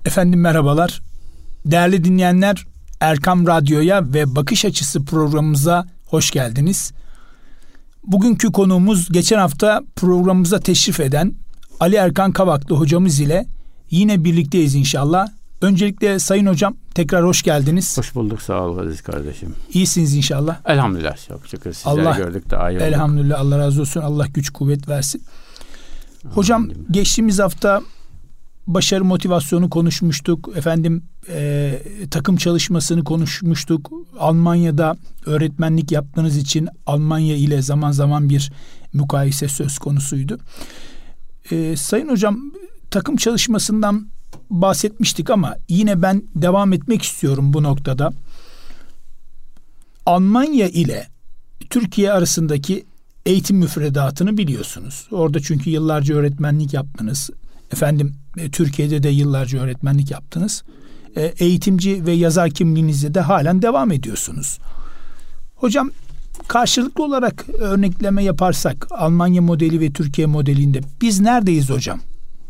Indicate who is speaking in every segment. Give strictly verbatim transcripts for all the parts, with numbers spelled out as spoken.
Speaker 1: Efendim merhabalar. Değerli dinleyenler, Erkam Radyo'ya ve Bakış Açısı programımıza hoş geldiniz. Bugünkü konuğumuz geçen hafta programımıza teşrif eden Ali Erkan Kavaklı hocamız ile yine birlikteyiz inşallah. Öncelikle Sayın Hocam tekrar hoş geldiniz.
Speaker 2: Hoş bulduk, sağ ol Aziz kardeşim.
Speaker 1: İyisiniz inşallah.
Speaker 2: Elhamdülillah, çok şükür sizleri
Speaker 1: Allah,
Speaker 2: gördük daha iyi olduk.
Speaker 1: Elhamdülillah, Allah razı olsun, Allah güç kuvvet versin. Hocam
Speaker 2: Amin.
Speaker 1: Geçtiğimiz hafta başarı motivasyonu konuşmuştuk. Efendim e, takım çalışmasını konuşmuştuk. Almanya'da öğretmenlik yaptığınız için Almanya ile zaman zaman bir mukayese söz konusuydu. E, Sayın Hocam, takım çalışmasından bahsetmiştik ama yine ben devam etmek istiyorum bu noktada. Almanya ile Türkiye arasındaki eğitim müfredatını biliyorsunuz. Orada çünkü yıllarca öğretmenlik yaptınız. Efendim Türkiye'de de yıllarca öğretmenlik yaptınız. E, eğitimci ve yazar kimliğinizde de halen devam ediyorsunuz. Hocam, karşılıklı olarak örnekleme yaparsak Almanya modeli ve Türkiye modelinde biz neredeyiz hocam?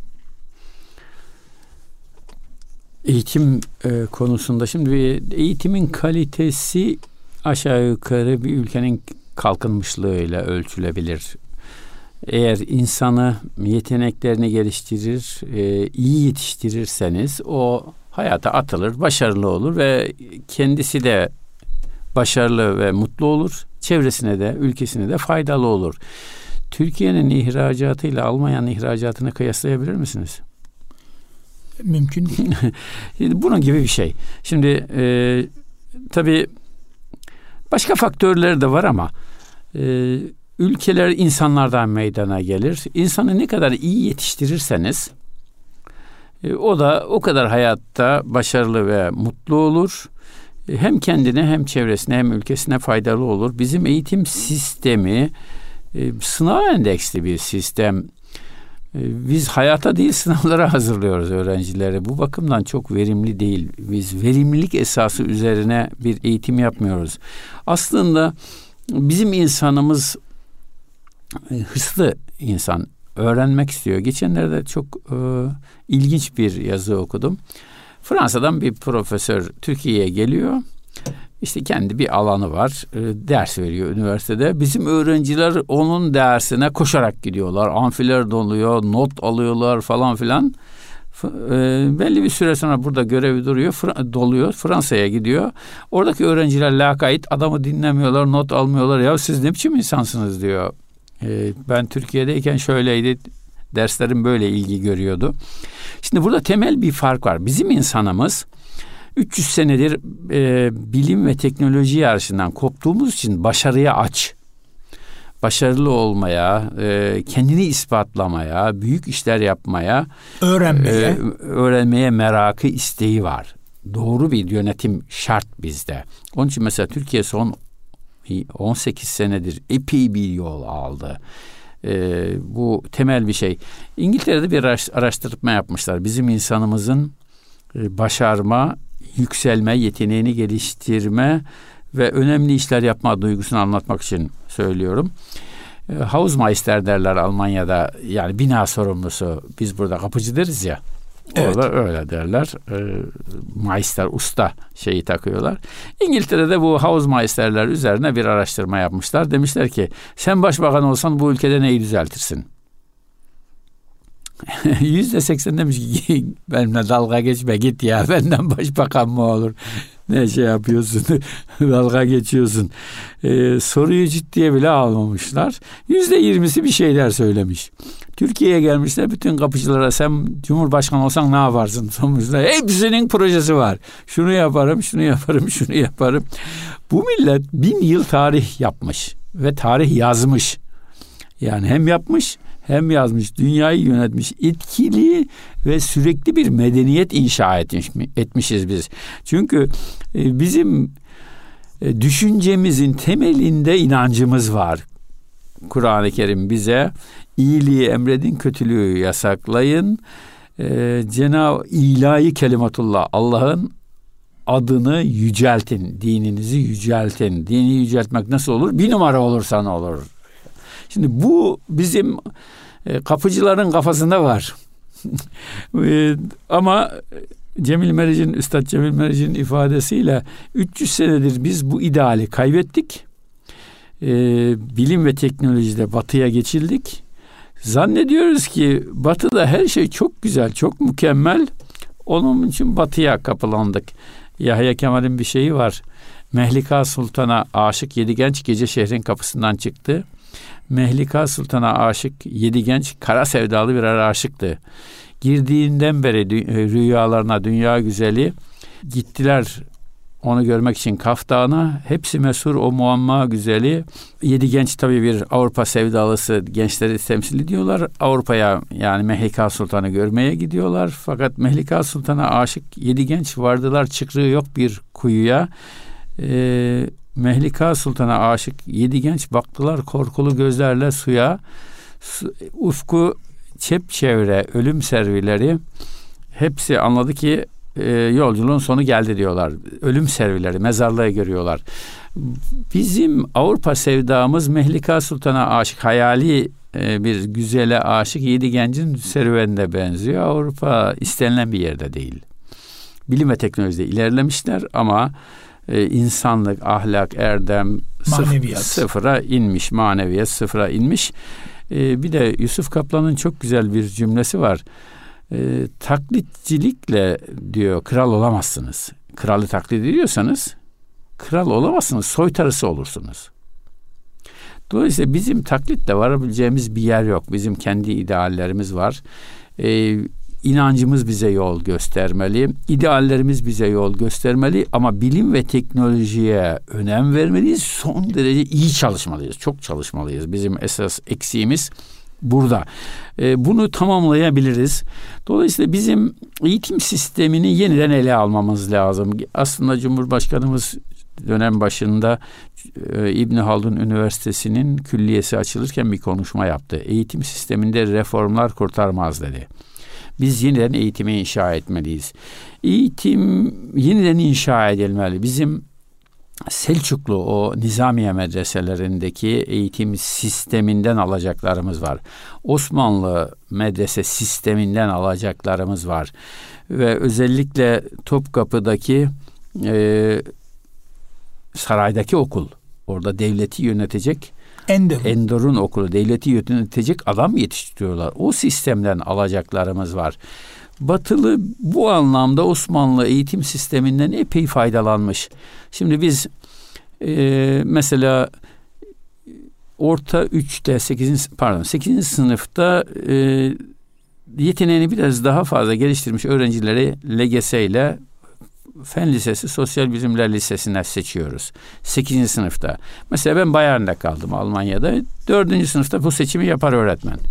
Speaker 2: Eğitim e, konusunda şimdi eğitimin kalitesi aşağı yukarı bir ülkenin kalkınmışlığıyla ölçülebilir. Eğer insanı, yeteneklerini geliştirir, e, iyi yetiştirirseniz o hayata atılır, başarılı olur ve kendisi de başarılı ve mutlu olur. Çevresine de, ülkesine de faydalı olur. Türkiye'nin ihracatıyla Almanya'nın ihracatını kıyaslayabilir misiniz?
Speaker 1: Mümkün değil.
Speaker 2: Bunun gibi bir şey. Şimdi e, tabii başka faktörler de var ama e, ülkeler insanlardan meydana gelir. İnsanı ne kadar iyi yetiştirirseniz e, o da o kadar hayatta başarılı ve mutlu olur. E, hem kendine hem çevresine hem ülkesine faydalı olur. Bizim eğitim sistemi e, sınav endeksli bir sistem. Biz hayata değil sınavlara hazırlıyoruz öğrencileri. Bu bakımdan çok verimli değil. Biz verimlilik esası üzerine bir eğitim yapmıyoruz. Aslında bizim insanımız hırslı insan, öğrenmek istiyor. Geçenlerde çok e, ilginç bir yazı okudum. Fransa'dan bir profesör Türkiye'ye geliyor. İşte kendi bir alanı var. E, ders veriyor üniversitede. Bizim öğrenciler onun dersine koşarak gidiyorlar. Amfiler doluyor, not alıyorlar falan filan. E, belli bir süre sonra burada görevi duruyor, Fra- doluyor. Fransa'ya gidiyor. Oradaki öğrenciler lakayt, adamı dinlemiyorlar, not almıyorlar. Ya siz ne biçim insansınız diyor. E, ben Türkiye'deyken şöyleydi. Derslerim böyle ilgi görüyordu. Şimdi burada temel bir fark var. Bizim insanımız üç yüz senedir e, bilim ve teknoloji yarışından koptuğumuz için başarıya aç. Başarılı olmaya, e, kendini ispatlamaya, büyük işler yapmaya,
Speaker 1: öğrenmeye,
Speaker 2: e, öğrenmeye merakı, isteği var. Doğru bir yönetim şart bizde. Onun için mesela Türkiye son on sekiz senedir epey bir yol aldı. E, bu temel bir şey. İngiltere'de bir araştırma yapmışlar. Bizim insanımızın e, başarma, yükselme, yeteneğini geliştirme ve önemli işler yapma duygusunu anlatmak için söylüyorum. E, Hausmeister derler Almanya'da, yani bina sorumlusu. Biz burada kapıcı deriz ya. Evet. Orada öyle derler. E, Meister, usta şeyi takıyorlar. İngiltere'de bu Hausmeisterler üzerine bir araştırma yapmışlar. Demişler ki sen başbakan olsan bu ülkede neyi düzeltirsin? Yüzde seksen demiş ki benimle dalga geçme, git ya, benden başbakan mı olur, ne şey yapıyorsun, dalga geçiyorsun. Ee, soruyu ciddiye bile almamışlar. Yüzde yirmisi bir şeyler söylemiş. Türkiye'ye gelmişler, bütün kapıcılara sen Cumhurbaşkanı olsan ne yaparsın sormuşlar. Hepsinin projesi var. Şunu yaparım, şunu yaparım, şunu yaparım. Bu millet bin yıl tarih yapmış ve tarih yazmış. Yani hem yapmış hem yazmış, dünyayı yönetmiş, etkili ve sürekli bir medeniyet inşa etmiş, etmişiz biz. Çünkü e, bizim e, düşüncemizin temelinde inancımız var. Kur'an-ı Kerim bize iyiliği emredin, kötülüğü yasaklayın. E, Cenab-ı ilahi kelimatullah, Allah'ın adını yüceltin, dininizi yüceltin. Dini yüceltmek nasıl olur? Bir numara olursa ne olur? Şimdi bu bizim e, kapıcıların kafasında var. e, ama Cemil Meriç'in, Üstad Cemil Meriç'in ifadesiyle üç yüz senedir biz bu ideali kaybettik. Ee, bilim ve teknolojide batıya geçildik. Zannediyoruz ki batıda her şey çok güzel, çok mükemmel. Onun için batıya kapılandık. Yahya Kemal'in bir şeyi var. Mehlika Sultan'a aşık yedi genç gece şehrin kapısından çıktı. Mehlika Sultan'a aşık yedi genç kara sevdalı birer aşıktı. Girdiğinden beri rüyalarına dünya güzeli gittiler onu görmek için Kaf Dağı'na. Hepsi mesur o muamma güzeli. Yedi genç tabii bir Avrupa sevdalısı gençleri temsil ediyorlar. Avrupa'ya yani Mehlika Sultan'ı görmeye gidiyorlar. Fakat Mehlika Sultan'a aşık yedi genç vardılar çıkrığı yok bir kuyuya. Ee, Mehlika Sultan'a aşık yedi genç baktılar korkulu gözlerle suya. Su, ufku çepçevre ölüm servileri hepsi anladı ki e, yolculuğun sonu geldi diyorlar. Ölüm servileri, mezarlığı görüyorlar. Bizim Avrupa sevdamız Mehlika Sultan'a aşık, hayali e, bir güzele aşık yedi gencin serüvenine benziyor. Avrupa istenilen bir yerde değil. Bilim ve teknolojide ilerlemişler ama e, insanlık, ahlak, erdem
Speaker 1: maneviyat.
Speaker 2: Sıf- sıfıra inmiş, maneviyat sıfıra inmiş. Ee, bir de Yusuf Kaplan'ın çok güzel bir cümlesi var. Ee, taklitçilikle diyor kral olamazsınız. Kralı taklit ediyorsanız kral olamazsınız, soytarısı olursunuz. Dolayısıyla bizim taklitle varabileceğimiz bir yer yok. Bizim kendi ideallerimiz var. Ee, inancımız bize yol göstermeli. İdeallerimiz bize yol göstermeli. Ama bilim ve teknolojiye önem vermeliyiz. Son derece iyi çalışmalıyız. Çok çalışmalıyız. Bizim esas eksiğimiz burada. Ee, bunu tamamlayabiliriz. Dolayısıyla bizim eğitim sistemini yeniden ele almamız lazım. Aslında Cumhurbaşkanımız dönem başında e, İbn Haldun Üniversitesi'nin külliyesi açılırken bir konuşma yaptı. Eğitim sisteminde reformlar kurtarmaz dedi. Biz yeniden eğitimi inşa etmeliyiz. Eğitim yeniden inşa edilmeli. Bizim Selçuklu o Nizamiye medreselerindeki eğitim sisteminden alacaklarımız var. Osmanlı medrese sisteminden alacaklarımız var. Ve özellikle Topkapı'daki e, saraydaki okul, orada devleti yönetecek
Speaker 1: Enderun.
Speaker 2: Enderun okulu, devleti yönetecek adam yetiştiriyorlar. O sistemden alacaklarımız var. Batılı bu anlamda Osmanlı eğitim sisteminden epey faydalanmış. Şimdi biz e, mesela orta üçte sekizinci pardon sekizinci sınıfta e, yeteneğini biraz daha fazla geliştirmiş öğrencileri L G S ile Fen Lisesi, Sosyal Bilimler Lisesi'ne seçiyoruz. sekizinci sınıfta. Mesela ben Bayern'de kaldım Almanya'da. dördüncü sınıfta bu seçimi yapar öğretmen.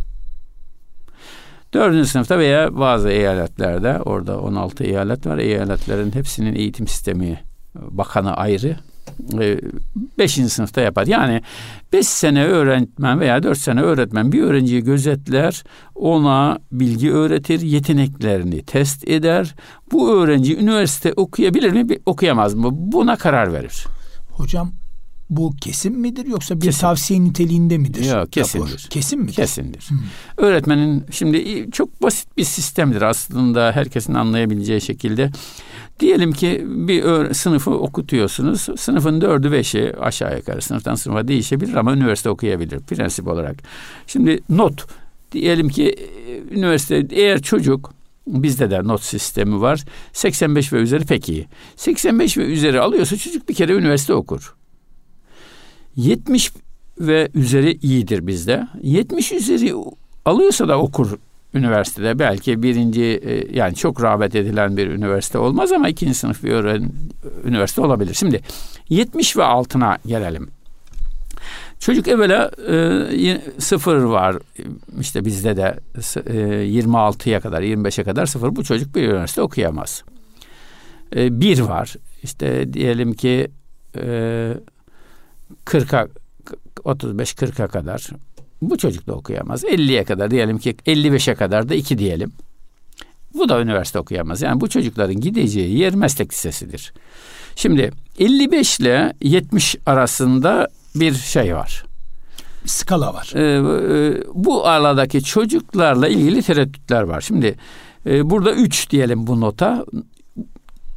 Speaker 2: dördüncü sınıfta veya bazı eyaletlerde, orada on altı eyalet var. Eyaletlerin hepsinin eğitim sistemi bakanı ayrı. beşinci sınıfta yapar. Yani beş sene öğretmen veya dört sene öğretmen bir öğrenciyi gözetler, ona bilgi öğretir, yeteneklerini test eder. Bu öğrenci üniversite okuyabilir mi, okuyamaz mı? Buna karar verir.
Speaker 1: Hocam bu kesin midir yoksa bir
Speaker 2: kesin.
Speaker 1: Tavsiye niteliğinde midir?
Speaker 2: Yok, kesindir.
Speaker 1: Rapor. Kesin midir?
Speaker 2: Kesindir.
Speaker 1: Hmm.
Speaker 2: Öğretmenin şimdi çok basit bir sistemdir aslında, herkesin anlayabileceği şekilde. Diyelim ki bir öğre- sınıfı okutuyorsunuz. Sınıfın dördü beşi aşağı yukarı sınıftan sınıfa değişebilir ama üniversite okuyabilir prensip olarak. Şimdi not. Diyelim ki üniversite, eğer çocuk, bizde de not sistemi var. seksen beş ve üzeri pek iyi. seksen beş ve üzeri alıyorsa çocuk bir kere üniversite okur. yetmiş ve üzeri iyidir bizde. yetmiş üzeri alıyorsa da okur üniversitede. Belki birinci, yani çok rağbet edilen bir üniversite olmaz ama ikinci sınıf bir öğren, üniversite olabilir. Şimdi yetmiş ve altına gelelim. Çocuk evvela e, sıfır var. İşte bizde de e, yirmi altıya kadar, yirmi beşe kadar sıfır. Bu çocuk bir üniversite okuyamaz. E, bir var. İşte diyelim ki e, kırka, otuz beş kırka kadar. Bu çocuk da okuyamaz. elliye kadar, diyelim ki elli beşe kadar da iki diyelim. Bu da üniversite okuyamaz. Yani bu çocukların gideceği yer meslek lisesidir. Şimdi elli beş ile yetmiş arasında bir şey var.
Speaker 1: Bir skala var.
Speaker 2: Ee, bu aradaki çocuklarla ilgili tereddütler var. Şimdi e, burada üç diyelim bu nota.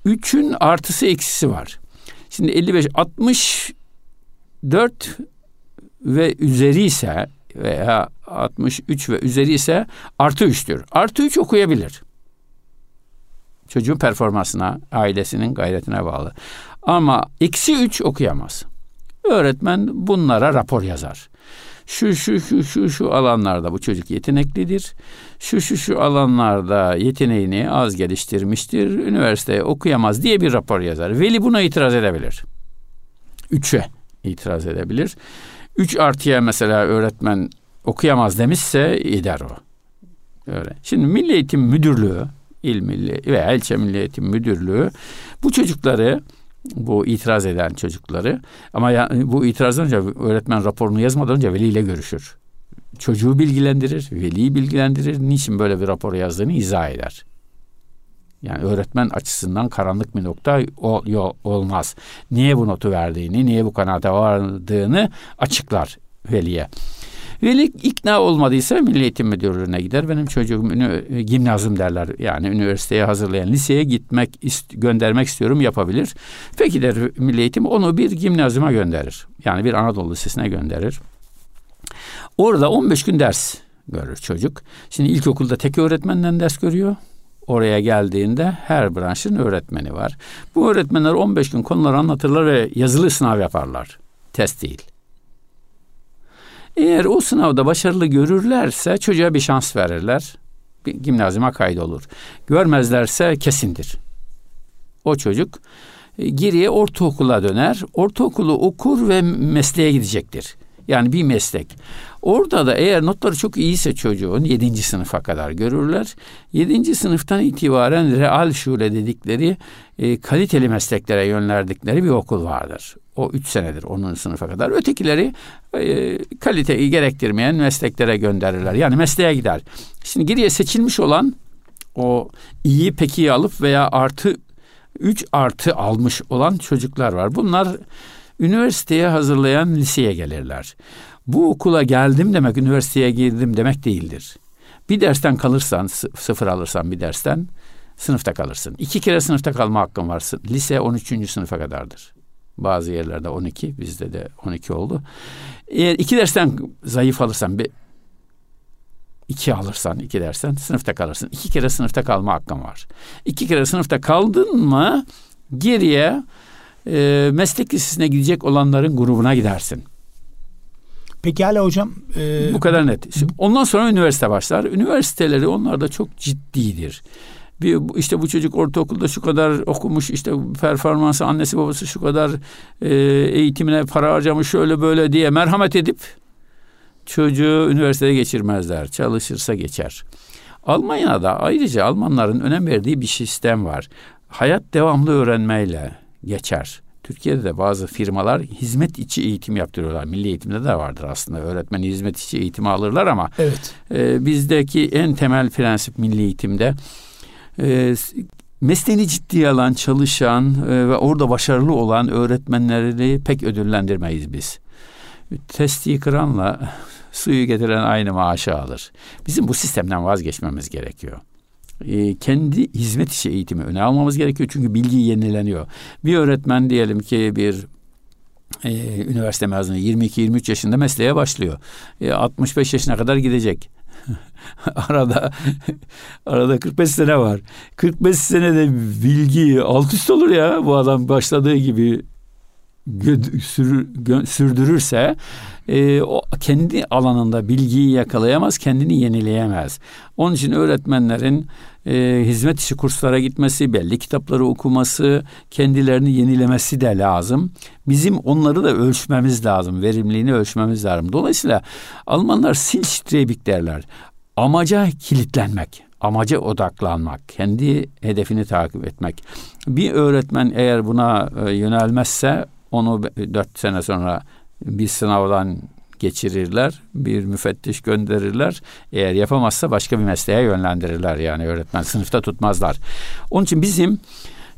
Speaker 2: üçün artısı eksisi var. Şimdi elli beş, altmış dört ve üzeri ise veya altmış üç ve üzeri ise artı üçtür. Artı üç okuyabilir. Çocuğun performansına, ailesinin gayretine bağlı. Ama eksi üç okuyamaz. Öğretmen bunlara rapor yazar. Şu şu şu şu şu alanlarda bu çocuk yeteneklidir. Şu şu şu alanlarda yeteneğini az geliştirmiştir. Üniversiteye okuyamaz diye bir rapor yazar. Veli buna itiraz edebilir. Üçe itiraz edebilir. Üç artıya mesela öğretmen okuyamaz demişse eder o. Öyle. Şimdi Milli Eğitim Müdürlüğü, İl Milli veya İlçe Milli Eğitim Müdürlüğü bu çocukları, bu itiraz eden çocukları, ama ya, bu itirazdan önce öğretmen raporunu yazmadan önce veliyle görüşür. Çocuğu bilgilendirir, veliyi bilgilendirir. Niçin böyle bir rapor yazdığını izah eder. Yani öğretmen açısından karanlık bir nokta ol, yol, olmaz. Niye bu notu verdiğini, niye bu kanaate vardığını açıklar veliye. Veli ikna olmadıysa Milli Eğitim Müdürlüğü'ne gider. Benim çocuğum gimnazım derler. Yani üniversiteye hazırlayan liseye gitmek, ist- göndermek istiyorum, yapabilir. Peki der Milli Eğitim, onu bir gimnazyuma gönderir. Yani bir Anadolu Lisesi'ne gönderir. Orada on beş gün ders görür çocuk. Şimdi ilkokulda tek öğretmenden ders görüyor. Oraya geldiğinde her branşın öğretmeni var. Bu öğretmenler on beş gün konuları anlatırlar ve yazılı sınav yaparlar. Test değil. Eğer o sınavda başarılı görürlerse çocuğa bir şans verirler. Bir gimnazyuma kaydolur. Görmezlerse kesindir. O çocuk geriye ortaokula döner. Ortaokulu okur ve mesleğe gidecektir. Yani bir meslek. Orada da eğer notları çok iyiyse çocuğun yedinci sınıfa kadar görürler. Yedinci sınıftan itibaren real şule dedikleri e, kaliteli mesleklere yönlerdikleri bir okul vardır. O üç senedir onuncu sınıfa kadar. Ötekileri e, kaliteyi gerektirmeyen mesleklere gönderirler. Yani mesleğe gider. Şimdi geriye seçilmiş olan o iyi peki alıp veya artı üç artı almış olan çocuklar var. Bunlar üniversiteye hazırlayan liseye gelirler. Bu okula geldim demek üniversiteye girdim demek değildir. Bir dersten kalırsan, sıfır alırsan bir dersten sınıfta kalırsın. İki kere sınıfta kalma hakkın var. Lise on üçüncü sınıfa kadardır. Bazı yerlerde on iki, bizde de on iki oldu. Eğer iki dersten zayıf alırsan, bir iki alırsan, iki dersten sınıfta kalırsın. İki kere sınıfta kalma hakkın var. İki kere sınıfta kaldın mı geriye e, meslek lisesine gidecek olanların grubuna gidersin.
Speaker 1: Peki hala hocam. E,
Speaker 2: Bu kadar net. Şimdi ondan sonra üniversite başlar. Üniversiteleri onlar da çok ciddidir. Bir, işte bu çocuk ortaokulda şu kadar okumuş, işte performansı, annesi babası şu kadar e, eğitimine para harcamış, şöyle böyle diye merhamet edip çocuğu üniversiteye geçirmezler. Çalışırsa geçer. Almanya'da ayrıca Almanların önem verdiği bir sistem var. Hayat devamlı öğrenmeyle geçer. Türkiye'de de bazı firmalar hizmet içi eğitim yaptırıyorlar. Milli Eğitim'de de vardır aslında. Öğretmen hizmet içi eğitimi alırlar ama
Speaker 1: evet.
Speaker 2: e, bizdeki en temel prensip Milli Eğitim'de e, mesleğini ciddiye alan, çalışan e, ve orada başarılı olan öğretmenleri pek ödüllendirmeyiz biz. Testiyi kıranla suyu getiren aynı maaşı alır. Bizim bu sistemden vazgeçmemiz gerekiyor. E, kendi hizmet işi eğitimi öne almamız gerekiyor. Çünkü bilgi yenileniyor. Bir öğretmen diyelim ki bir e, üniversite mezunu yirmi iki yirmi üç yaşında mesleğe başlıyor. E, altmış beş yaşına kadar gidecek. arada arada kırk beş sene var. kırk beş senede bilgi alt üst olur ya, bu adam başladığı gibi gö- sür, gö- sürdürürse e, o kendi alanında bilgiyi yakalayamaz, kendini yenileyemez. Onun için öğretmenlerin e, hizmet işi kurslara gitmesi, belli kitapları okuması, kendilerini yenilemesi de lazım. Bizim onları da ölçmemiz lazım, verimliliğini ölçmemiz lazım. Dolayısıyla Almanlar Zielstrebig derler. Amaca kilitlenmek, amaca odaklanmak, kendi hedefini takip etmek. Bir öğretmen eğer buna e, yönelmezse onu dört sene sonra bir sınavdan geçirirler, bir müfettiş gönderirler. Eğer yapamazsa başka bir mesleğe yönlendirirler. Yani öğretmen sınıfta tutmazlar. Onun için bizim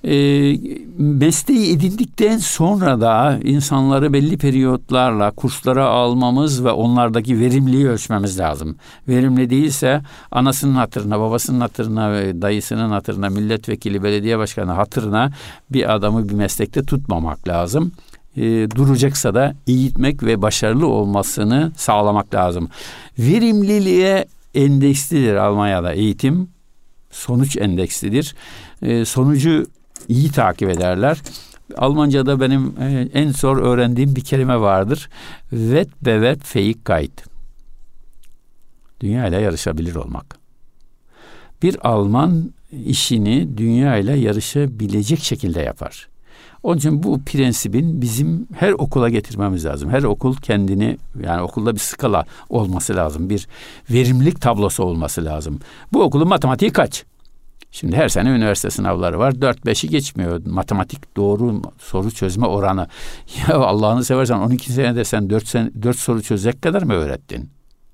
Speaker 2: E, mesleği edindikten sonra da insanları belli periyotlarla kurslara almamız ve onlardaki verimliliği ölçmemiz lazım. Verimli değilse anasının hatırına, babasının hatırına, dayısının hatırına, milletvekili, belediye başkanı hatırına bir adamı bir meslekte tutmamak lazım. E, duracaksa da eğitmek ve başarılı olmasını sağlamak lazım. Verimliliğe endekslidir Almanya'da eğitim. Sonuç endekslidir. E, sonucu iyi takip ederler. Almanca'da benim e, en zor öğrendiğim bir kelime vardır. Wettbewerbsfähigkeit. Dünya ile yarışabilir olmak. Bir Alman işini dünya ile yarışabilecek şekilde yapar. Onun için bu prensibin bizim her okula getirmemiz lazım. Her okul kendini, yani okulda bir skala olması lazım. Bir verimlilik tablosu olması lazım. Bu okulun matematiği kaç? Şimdi her sene üniversite sınavları var. dört beşi geçmiyor. Matematik doğru soru çözme oranı. Ya Allah'ını seversen on iki senede sen dört, sene, dört soru çözecek kadar mı öğrettin?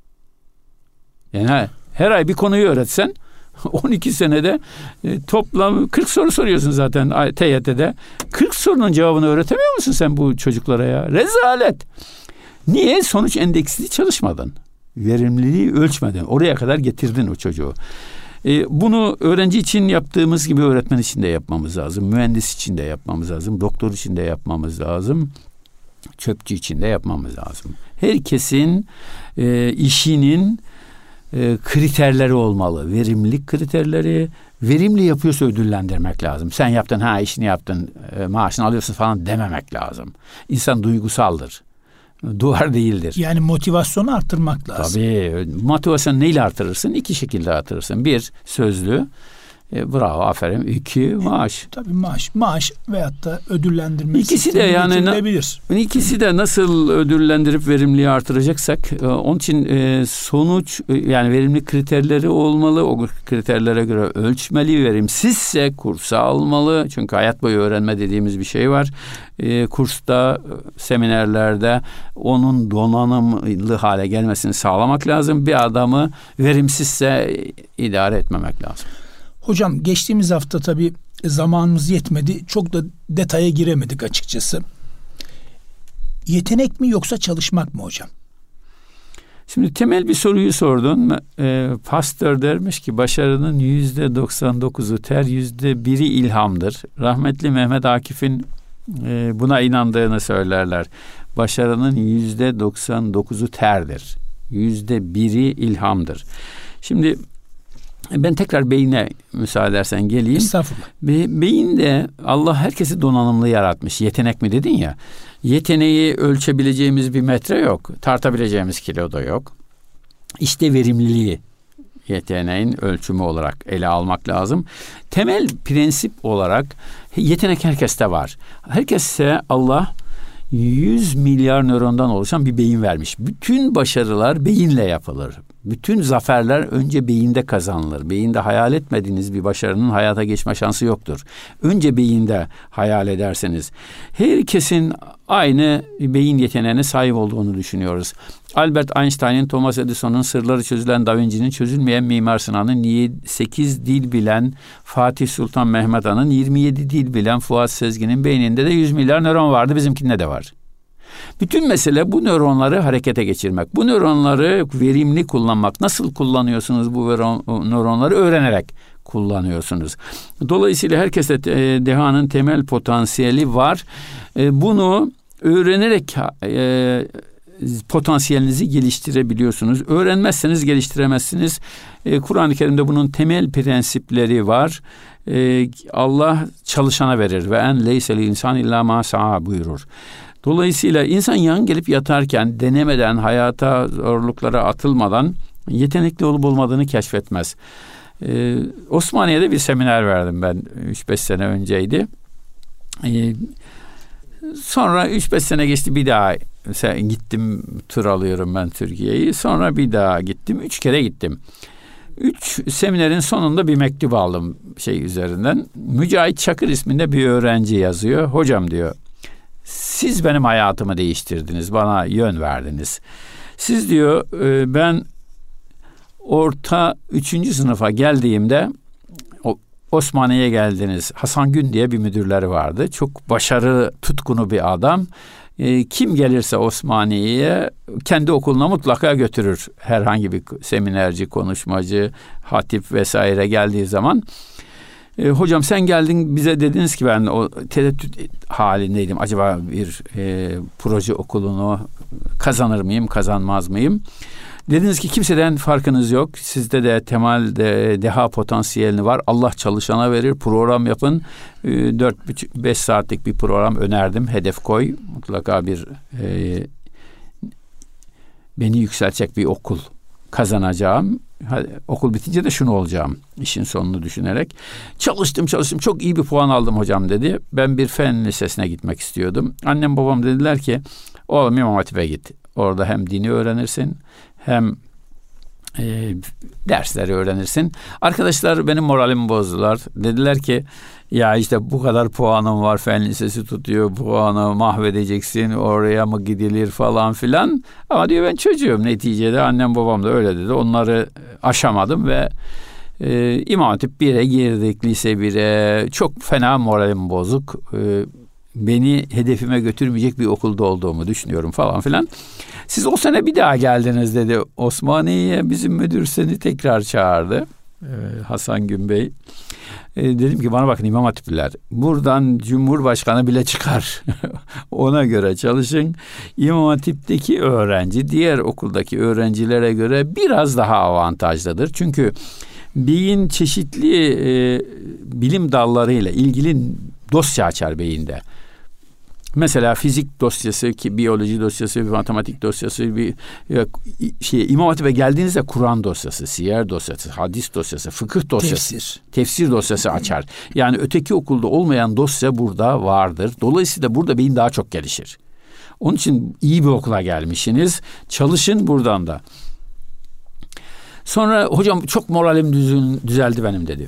Speaker 2: Yani her ay bir konuyu öğretsen on iki senede e, toplam kırk soru soruyorsun zaten T Y T'de. kırk sorunun cevabını öğretemiyor musun sen bu çocuklara ya? Rezalet. Niye? Sonuç endeksli çalışmadın. Verimliliği ölçmedin. Oraya kadar getirdin o çocuğu. E, bunu öğrenci için yaptığımız gibi öğretmen için de yapmamız lazım. Mühendis için de yapmamız lazım. Doktor için de yapmamız lazım. Çöpçü için de yapmamız lazım. Herkesin e, işinin e, kriterleri olmalı. Verimlilik kriterleri. Verimli yapıyorsa ödüllendirmek lazım. Sen yaptın, ha işini yaptın, e, maaşını alıyorsun falan dememek lazım. İnsan duygusaldır. Duvar değildir.
Speaker 1: Yani motivasyonu arttırmak lazım.
Speaker 2: Tabii. Motivasyonu neyle artırırsın? İki şekilde artırırsın. Bir, sözlü. E, bravo, aferin. İki, maaş.
Speaker 1: Tabii maaş. Maaş veyahut da ödüllendirmek.
Speaker 2: İkisi de yani na, ikisi de nasıl ödüllendirip verimliliği artıracaksak e, onun için e, sonuç e, yani verimlilik kriterleri olmalı. O kriterlere göre ölçmeli. Verimsizse kursa almalı. Çünkü hayat boyu öğrenme dediğimiz bir şey var. E, kursta, seminerlerde onun donanımlı hale gelmesini sağlamak lazım. Bir adamı verimsizse idare etmemek lazım.
Speaker 1: Hocam geçtiğimiz hafta tabii zamanımız yetmedi. Çok da detaya giremedik açıkçası. Yetenek mi yoksa çalışmak mı hocam?
Speaker 2: Şimdi temel bir soruyu sordun. E, Pasteur dermiş ki başarının yüzde doksan dokuzu ter, yüzde biri ilhamdır. Rahmetli Mehmet Akif'in e, buna inandığını söylerler. Başarının yüzde doksan dokuzu terdir. Yüzde biri ilhamdır. Şimdi ben tekrar beyine müsaade edersen geleyim.
Speaker 1: Estağfurullah.
Speaker 2: Be- beyinde Allah herkesi donanımlı yaratmış. Yetenek mi dedin ya. Yeteneği ölçebileceğimiz bir metre yok. Tartabileceğimiz kilo da yok. İşte verimliliği yeteneğin ölçümü olarak ele almak lazım. Temel prensip olarak yetenek herkeste var. Herkese Allah yüz milyar nörondan oluşan bir beyin vermiş. Bütün başarılar beyinle yapılır. Bütün zaferler önce beyinde kazanılır. Beyinde hayal etmediğiniz bir başarının hayata geçme şansı yoktur. Önce beyinde hayal ederseniz. Herkesin aynı beyin yeteneğine sahip olduğunu düşünüyoruz. Albert Einstein'in, Thomas Edison'un, sırları çözülen Da Vinci'nin, çözülmeyen Mimar Sinan'ın, sekiz dil bilen Fatih Sultan Mehmet Han'ın, yirmi yedi dil bilen Fuat Sezgin'in beyninde de yüz milyar nöron vardı. Bizimkinde de var. Bütün mesele bu nöronları harekete geçirmek. Bu nöronları verimli kullanmak. Nasıl kullanıyorsunuz bu nöronları? Öğrenerek kullanıyorsunuz. Dolayısıyla herkeste dehanın temel potansiyeli var. Bunu öğrenerek potansiyelinizi geliştirebiliyorsunuz. Öğrenmezseniz geliştiremezsiniz. Kur'an-ı Kerim'de bunun temel prensipleri var. Allah çalışana verir ve en leysel insan illa ma sa'a buyurur. Dolayısıyla insan yan gelip yatarken denemeden, hayata zorluklara atılmadan yetenekli olup olmadığını keşfetmez. Ee, Osmaniye'de bir seminer verdim ben üç beş sene önceydi. Ee, sonra üç beş sene geçti, bir daha gittim, tur alıyorum ben Türkiye'yi. Sonra bir daha gittim, üç kere gittim. Üç seminerin sonunda bir mektup aldım şey üzerinden. Mücahit Çakır isminde bir öğrenci yazıyor. Hocam diyor, siz benim hayatımı değiştirdiniz, bana yön verdiniz. Siz diyor, ben orta üçüncü sınıfa geldiğimde o Osmaniye'ye geldiniz. Hasan Gün diye bir müdürleri vardı. Çok başarılı, tutkunu bir adam. E, kim gelirse Osmaniye'ye kendi okuluna mutlaka götürür. Herhangi bir seminerci, konuşmacı, hatip vesaire geldiği zaman. E, hocam sen geldin, bize dediniz ki, ben o tereddüt halindeydim. Acaba bir e, proje okulunu kazanır mıyım, kazanmaz mıyım? Dediniz ki kimseden farkınız yok. Sizde de temel de, deha potansiyelini var. Allah çalışana verir. Program yapın. dört beş saatlik bir program önerdim. Hedef koy. Mutlaka bir e, beni yükseltecek bir okul kazanacağım. Hadi, okul bitince de şunu olacağım. İşin sonunu düşünerek. Çalıştım çalıştım. Çok iyi bir puan aldım hocam dedi. Ben bir fen lisesine gitmek istiyordum. Annem babam dediler ki oğlum İmam Hatip'e git. Orada hem dini öğrenirsin hem e, dersleri öğrenirsin. Arkadaşlar benim moralimi bozdular. Dediler ki ya işte bu kadar puanım var, fen lisesi tutuyor, puanı mahvedeceksin, oraya mı gidilir falan filan. Ama diyor ben çocuğum neticede, annem babam da öyle dedi. Onları aşamadım ve e, İmam Hatip bire girdik, lise bire. Çok fena moralim bozuk. E, beni hedefime götürmeyecek bir okulda olduğumu düşünüyorum falan filan. Siz o sene bir daha geldiniz dedi Osmaniye'ye. Bizim müdür seni tekrar çağırdı. Ee, Hasan Gün Bey. Ee, dedim ki bana bakın İmam Hatipliler, buradan Cumhurbaşkanı bile çıkar. Ona göre çalışın. İmam Hatip'teki öğrenci diğer okuldaki öğrencilere göre biraz daha avantajlıdır. Çünkü beyin çeşitli e, bilim dallarıyla ilgili dosya açar beyinde. Mesela fizik dosyası, ki biyoloji dosyası, bir matematik dosyası, bir şey, İmam Hatip'e geldiğinizde Kur'an dosyası, siyer dosyası, hadis dosyası, fıkıh dosyası, tefsir, tefsir dosyası açar. Yani öteki okulda olmayan dosya burada vardır. Dolayısıyla burada beyin daha çok gelişir. Onun için iyi bir okula gelmişsiniz. Çalışın buradan da. Sonra hocam çok moralim düzün, düzeldi benim dedi.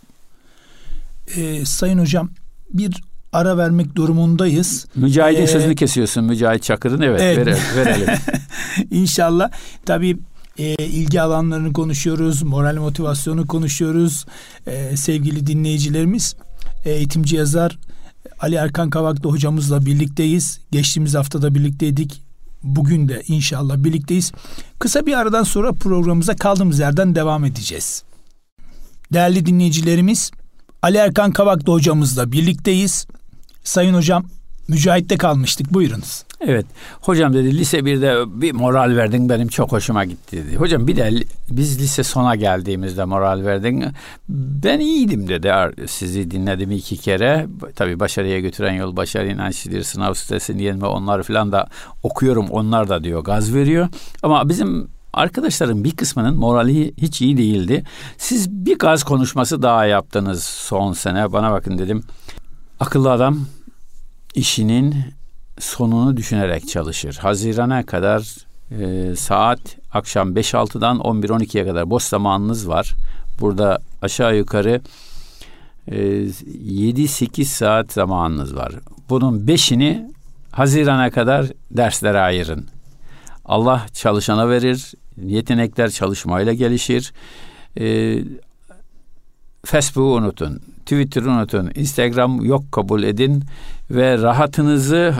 Speaker 1: Ee, sayın hocam, bir ara vermek durumundayız.
Speaker 2: Mücahit'in
Speaker 1: ee,
Speaker 2: sözünü kesiyorsun. Mücahit Çakır'ın. Evet, evet. Verelim. verelim.
Speaker 1: İnşallah. Tabii e, ilgi alanlarını konuşuyoruz. Moral motivasyonu konuşuyoruz. E, sevgili dinleyicilerimiz, e, eğitimci yazar Ali Erkan Kavaklı hocamızla birlikteyiz. Geçtiğimiz haftada birlikteydik. Bugün de inşallah birlikteyiz. Kısa bir aradan sonra programımıza kaldığımız yerden devam edeceğiz. Değerli dinleyicilerimiz, Ali Erkan Kavaklı hocamızla birlikteyiz. Sayın hocam, Mücahit'te kalmıştık. Buyurunuz.
Speaker 2: Evet. Hocam dedi lise birde bir moral verdin, benim çok hoşuma gitti dedi. Hocam bir de biz lise sona geldiğimizde moral verdin. Ben iyiydim dedi. Sizi dinledim iki kere. Tabii başarıya götüren yol başarı inançlıdır. Sınav stresini yenme, onlar falan da okuyorum. Onlar da diyor gaz veriyor. Ama bizim arkadaşların bir kısmının morali hiç iyi değildi. Siz bir gaz konuşması daha yaptınız son sene. Bana bakın dedim. Akıllı adam işinin sonunu düşünerek çalışır. Hazirana kadar e, saat akşam beş altıdan on bir on ikiye kadar boş zamanınız var. Burada aşağı yukarı e, yedi sekiz saat zamanınız var. Bunun beşini Hazirana kadar derslere ayırın. Allah çalışana verir. Yetenekler çalışmayla gelişir. E, Facebook'u unutun. Twitter'ı unutun. Instagram yok kabul edin. Ve rahatınızı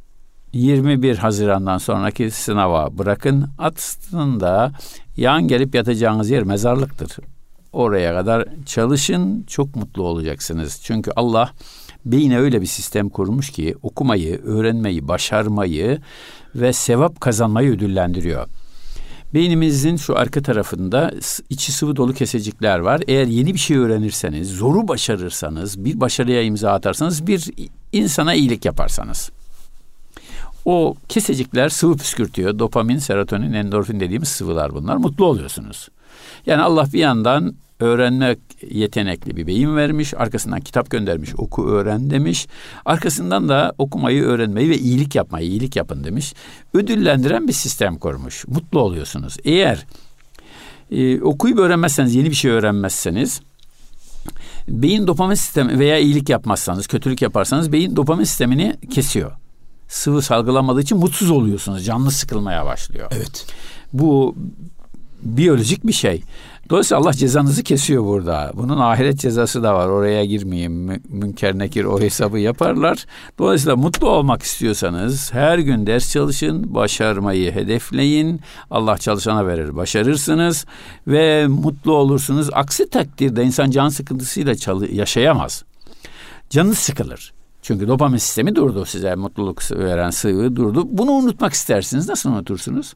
Speaker 2: yirmi bir Haziran'dan sonraki sınava bırakın. Aslında yan gelip yatacağınız yer mezarlıktır. Oraya kadar çalışın, çok mutlu olacaksınız. Çünkü Allah beyine öyle bir sistem kurmuş ki okumayı, öğrenmeyi, başarmayı ve sevap kazanmayı ödüllendiriyor. Beynimizin şu arka tarafında içi sıvı dolu kesecikler var. Eğer yeni bir şey öğrenirseniz, zoru başarırsanız, bir başarıya imza atarsanız, bir insana iyilik yaparsanız, o kesecikler sıvı püskürtüyor. Dopamin, serotonin, endorfin dediğimiz sıvılar bunlar. Mutlu oluyorsunuz. Yani Allah bir yandan öğrenmek yetenekli bir beyin vermiş. Arkasından kitap göndermiş. Oku, öğren demiş. Arkasından da okumayı, öğrenmeyi ve iyilik yapmayı, iyilik yapın demiş. Ödüllendiren bir sistem kurmuş. Mutlu oluyorsunuz. Eğer e, okuyup öğrenmezseniz, yeni bir şey öğrenmezseniz, beyin dopamin sistemi veya iyilik yapmazsanız, kötülük yaparsanız beyin dopamin sistemini kesiyor. Sıvı salgılamadığı için mutsuz oluyorsunuz. Canlı sıkılmaya başlıyor.
Speaker 1: Evet.
Speaker 2: Bu biyolojik bir şey. Dolayısıyla Allah cezanızı kesiyor burada. Bunun ahiret cezası da var. Oraya girmeyeyim. Mü- Münker nekir o hesabı yaparlar. Dolayısıyla mutlu olmak istiyorsanız her gün ders çalışın. Başarmayı hedefleyin. Allah çalışana verir. Başarırsınız ve mutlu olursunuz. Aksi takdirde insan can sıkıntısıyla çalı- yaşayamaz. Canı sıkılır. Çünkü dopamin sistemi durdu, size mutluluk veren sıvı durdu. Bunu unutmak istersiniz. Nasıl unutursunuz?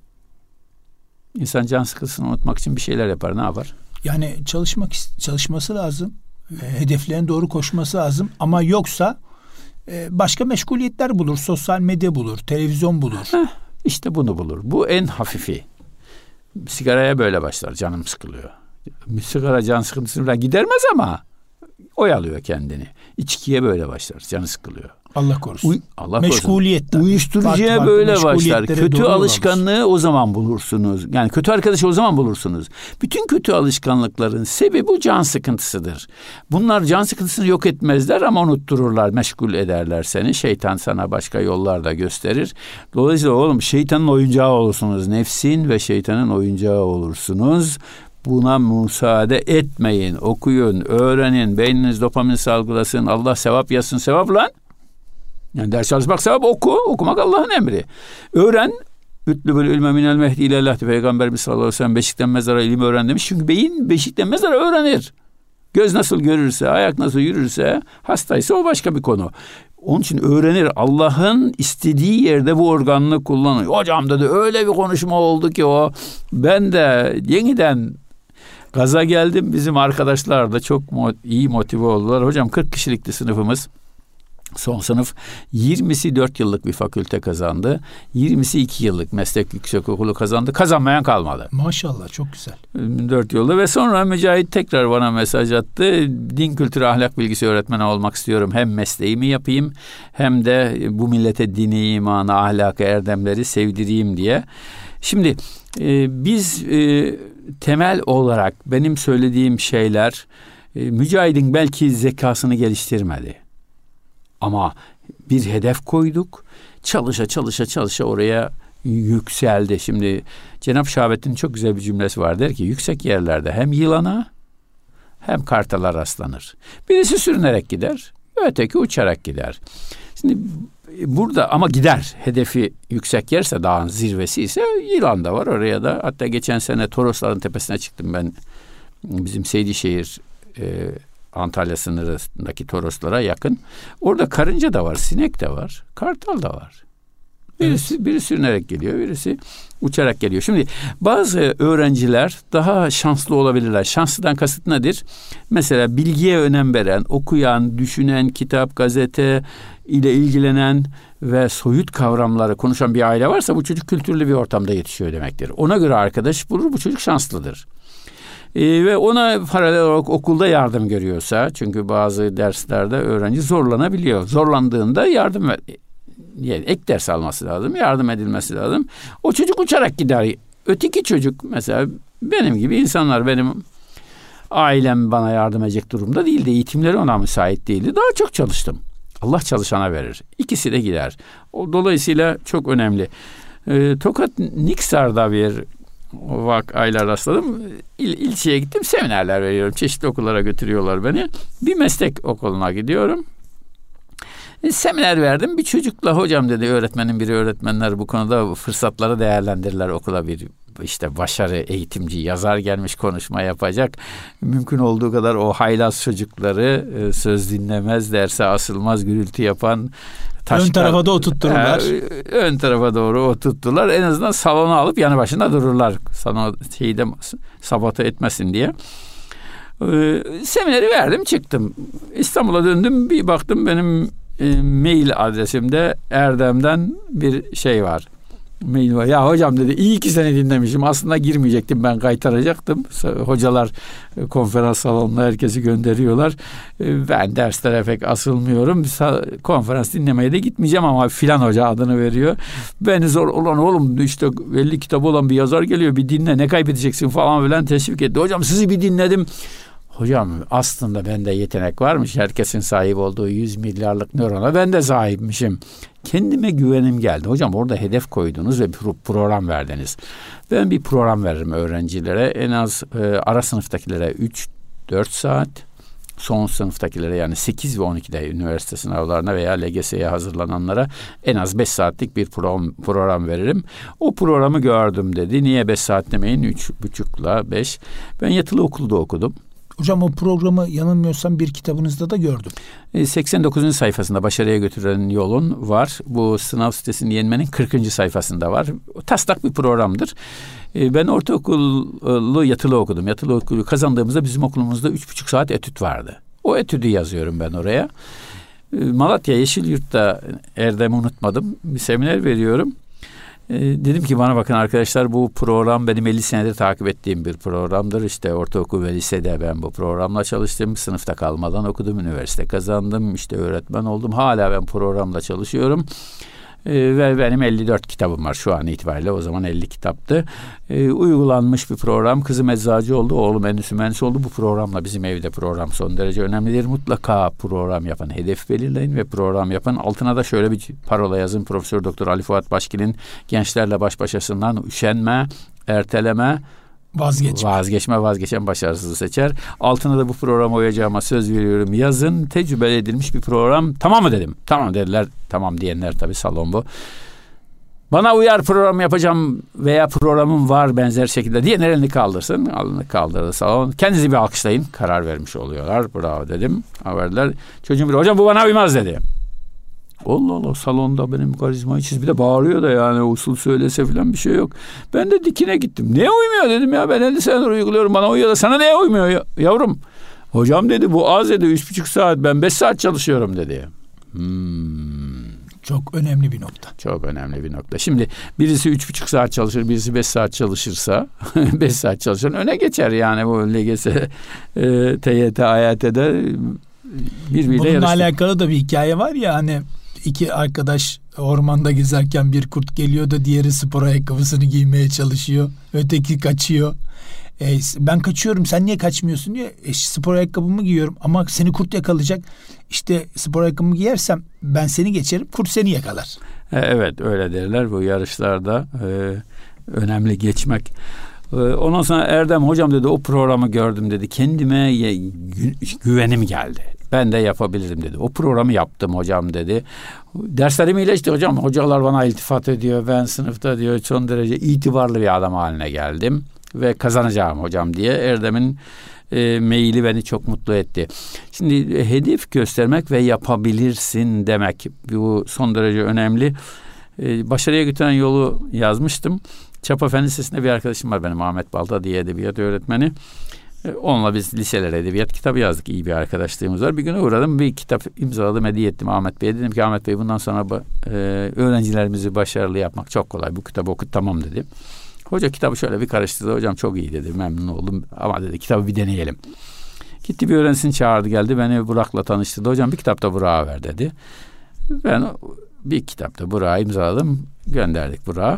Speaker 2: İnsan can sıkıntısını unutmak için bir şeyler yapar. Ne yapar?
Speaker 1: Yani çalışmak çalışması lazım. Hedeflerine doğru koşması lazım. Ama yoksa başka meşguliyetler bulur. Sosyal medya bulur. Televizyon bulur.
Speaker 2: Heh, işte bunu bulur. Bu en hafifi. Sigaraya böyle başlar. Canım sıkılıyor. Sigara can sıkıntısını gidermez ama oyalıyor kendini. İçkiye böyle başlar. Canı sıkılıyor.
Speaker 1: Allah korusun. Uy-
Speaker 2: Allah
Speaker 1: Meşguliyet.
Speaker 2: Uyuşturucuya farklı böyle farklı başlar. Kötü alışkanlığı o zaman bulursunuz. Yani kötü arkadaşı o zaman bulursunuz. Bütün kötü alışkanlıkların sebebi bu can sıkıntısıdır. Bunlar can sıkıntısını yok etmezler ama unuttururlar, meşgul ederler seni. Şeytan sana başka yollar da gösterir. Dolayısıyla oğlum şeytanın oyuncağı olursunuz. Nefsin ve şeytanın oyuncağı olursunuz. Buna müsaade etmeyin. Okuyun, öğrenin, beyniniz dopamin salgılasın. Allah sevap yazsın. Sevap lan. Yani ders çalışmak sevap, oku. Okumak Allah'ın emri. Öğren. Ütlübül ilme minel mehdi ilellah'ti. Peygamberimiz sallallahu aleyhi ve sellem beşikten mezara ilim öğren demiş. Çünkü beyin beşikten mezara öğrenir. Göz nasıl görürse, ayak nasıl yürürse, hastaysa o başka bir konu. Onun için öğrenir. Allah'ın istediği yerde bu organını kullanır. Hocam dedi öyle bir konuşma oldu ki o. Ben de yeniden gaza geldim. Bizim arkadaşlar da çok iyi motive oldular. Hocam kırk kişilikti sınıfımız. Son sınıf yirmisi dört yıllık bir fakülte kazandı. yirmisi iki yıllık meslek yüksekokulu kazandı. Kazanmayan kalmadı.
Speaker 1: Maşallah çok güzel.
Speaker 2: dört yılda ve sonra Mücahit tekrar bana mesaj attı. Din kültürü ahlak bilgisi öğretmeni olmak istiyorum. Hem mesleğimi yapayım hem de bu millete dini, imanı, ahlakı, erdemleri sevdireyim diye. Şimdi e, biz e, temel olarak benim söylediğim şeyler e, Mücahit'in belki zekasını geliştirmedi. Ama bir hedef koyduk. Çalışa çalışa çalışa oraya yükseldi. Şimdi Cenab-ı Şahabettin çok güzel bir cümlesi var. Der ki yüksek yerlerde hem yılana hem kartala rastlanır. Birisi sürünerek gider, öteki uçarak gider. Şimdi burada ama gider. Hedefi yüksek yerse, dağın zirvesi ise yılan da var oraya da. Hatta geçen sene Torosların tepesine çıktım ben. Bizim Seydişehir e, Antalya sınırındaki Toroslara yakın. Orada karınca da var, sinek de var, kartal da var. Birisi, evet. biri sürünerek geliyor, birisi uçarak geliyor. Şimdi bazı öğrenciler daha şanslı olabilirler. Şanslıdan kasıt nedir? Mesela bilgiye önem veren, okuyan, düşünen, kitap, gazete ile ilgilenen ve soyut kavramları konuşan bir aile varsa bu çocuk kültürlü bir ortamda yetişiyor demektir. Ona göre arkadaş bulur, bu çocuk şanslıdır. Ee, ve ona paralel olarak okulda yardım görüyorsa, çünkü bazı derslerde öğrenci zorlanabiliyor. Zorlandığında yardım yani ek ders alması lazım, yardım edilmesi lazım. O çocuk uçarak gider. Öteki çocuk mesela benim gibi insanlar, benim ailem bana yardım edecek durumda değildi. Eğitimleri ona müsait değildi. Daha çok çalıştım. Allah çalışana verir. İkisi de gider. O, dolayısıyla çok önemli. Ee, Tokat Niksar'da bir vakayla rastladım. İl, ilçeye gittim. Seminerler veriyorum. Çeşitli okullara götürüyorlar beni. Bir meslek okuluna gidiyorum. E, seminer verdim. Bir çocukla hocam dedi, öğretmenin biri, öğretmenler bu konuda fırsatları değerlendirirler. Okula bir işte başarı eğitimci, yazar gelmiş, konuşma yapacak. Mümkün olduğu kadar o haylaz çocukları, e, söz dinlemez, derse asılmaz, gürültü yapan, taşkar, ön tarafa da oturttururlar. E, ön tarafa doğru oturttular. En azından salona alıp yanı başında dururlar. Sana şeyi de sabote etmesin diye. E, semineri verdim, çıktım. İstanbul'a döndüm. Bir baktım benim e, mail adresimde Erdem'den bir şey var. Mail var. Ya hocam dedi, iyi ki seni dinlemişim. Aslında girmeyecektim, ben kaytaracaktım. Hocalar konferans salonuna herkesi gönderiyorlar. Ben derslere pek asılmıyorum. Konferans dinlemeye de gitmeyeceğim ama filan hoca adını veriyor. Beni zor olan oğlum işte elli kitabı olan bir yazar geliyor, bir dinle, ne kaybedeceksin falan filan teşvik etti. Hocam sizi bir dinledim. Hocam aslında bende yetenek varmış. Herkesin sahip olduğu yüz milyarlık nörona ben de sahipmişim. Kendime güvenim geldi. Hocam orada hedef koydunuz ve bir program verdiniz. Ben bir program veririm öğrencilere. En az e, ara sınıftakilere üç dört saat. Son sınıftakilere yani sekiz ve on ikide üniversite sınavlarına veya L G S'ye hazırlananlara en az beş saatlik bir program, program veririm. O programı gördüm dedi. Niye beş saat demeyin? üç buçukla beş. Ben yatılı okulda okudum.
Speaker 1: Hocam o programı yanılmıyorsam bir kitabınızda da gördüm.
Speaker 2: seksen dokuzuncu sayfasında Başarıya Götüren Yolun var. Bu sınav sitesini yenmenin kırkıncı sayfasında var. Taslak bir programdır. Ben ortaokulu yatılı okudum. Yatılı okulu kazandığımızda bizim okulumuzda üç buçuk saat etüt vardı. O etüdü yazıyorum ben oraya. Malatya Yeşilyurt'ta Erdem'i unutmadım. Bir seminer veriyorum. E, dedim ki bana bakın arkadaşlar, bu program benim elli senedir takip ettiğim bir programdır. İşte ortaokul ve lisede ben bu programla çalıştım. Sınıfta kalmadan okudum, üniversite kazandım. İşte öğretmen oldum. Hala ben programla çalışıyorum. Ee, ve benim elli dört kitabım var şu an itibariyle. O zaman elli kitaptı. Ee, uygulanmış bir program. Kızım eczacı oldu, oğlum endüstri mühendisi oldu. Bu programla bizim evde program son derece önemlidir. Mutlaka program yapın, hedef belirleyin ve program yapın. Altına da şöyle bir parola yazın. Profesör Doktor Ali Fuat Başkin'in Gençlerle Baş Başasından: üşenme, erteleme,
Speaker 1: Vazgeçme.
Speaker 2: Vazgeçme, vazgeçen başarısızı seçer. Altına da bu programa uyacağıma söz veriyorum yazın. Tecrübe edilmiş bir program. Tamam mı dedim. Tamam dediler. Tamam diyenler tabii salon bu. Bana uyar program yapacağım veya programım var benzer şekilde diyen elini kaldırsın. Elini kaldırdı salon. Kendinizi bir alkışlayın. Karar vermiş oluyorlar. Bravo dedim. Haberler. Çocuğum bir hocam bu bana uymaz dedi. Allah Allah, salonda benim karizmayı çiz, bir de bağırıyor da yani usul söylese falan bir şey yok. Ben de dikine gittim. Neye uymuyor dedim ya, ben elli senedir uyguluyorum, bana uyuyor da sana neye uymuyor ya, yavrum? Hocam dedi bu az dedi, üç buçuk saat, ben beş saat çalışıyorum dedi. Hmm.
Speaker 1: Çok önemli bir nokta.
Speaker 2: Çok önemli bir nokta. Şimdi birisi üç buçuk saat çalışır, birisi beş saat çalışırsa beş saat çalışan öne geçer yani bu L G S, e, T Y T, A Y T'de birbiriyle
Speaker 1: bununla
Speaker 2: yarıştır.
Speaker 1: alakalı da bir hikaye var ya, hani iki arkadaş ormanda gezerken bir kurt geliyor da diğeri spor ayakkabısını giymeye çalışıyor. Öteki kaçıyor. E, ben kaçıyorum, sen niye kaçmıyorsun diyor. E, spor ayakkabımı giyiyorum ama seni kurt yakalayacak. İşte spor ayakkabımı giyersem ben seni geçerim, kurt seni yakalar.
Speaker 2: E, evet öyle derler bu yarışlarda. E, önemli geçmek. E, ondan sonra Erdem hocam dedi o programı gördüm dedi. Kendime gü- güvenim geldi. Ben de yapabilirim dedi. O programı yaptım hocam dedi. Derslerim iyileşti hocam. Hocalar bana iltifat ediyor. Ben sınıfta diyor son derece itibarlı bir adam haline geldim. Ve kazanacağım hocam diye Erdem'in e, maili beni çok mutlu etti. Şimdi e, hedef göstermek ve yapabilirsin demek. Bu son derece önemli. E, başarıya götüren yolu yazmıştım. Çapa Fen Lisesi'nde bir arkadaşım var benim, Ahmet Balta diye edebiyat öğretmeni. Onunla biz liselere edebiyat kitabı yazdık. İyi bir arkadaşlığımız var. Bir gün uğradım, bir kitap imzaladım, hediye ettim Ahmet Bey'e. Dedim ki Ahmet Bey bundan sonra e, öğrencilerimizi başarılı yapmak çok kolay. Bu kitabı oku, tamam dedi. Hoca kitabı şöyle bir karıştırdı. Hocam çok iyi dedi. Memnun oldum ama dedi kitabı bir deneyelim. Gitti bir öğrencisini çağırdı geldi. Beni Burak'la tanıştırdı. Hocam bir kitapta Burak'a ver dedi. Ben bir kitapta Burak'a imzaladım. Gönderdik Burak'a.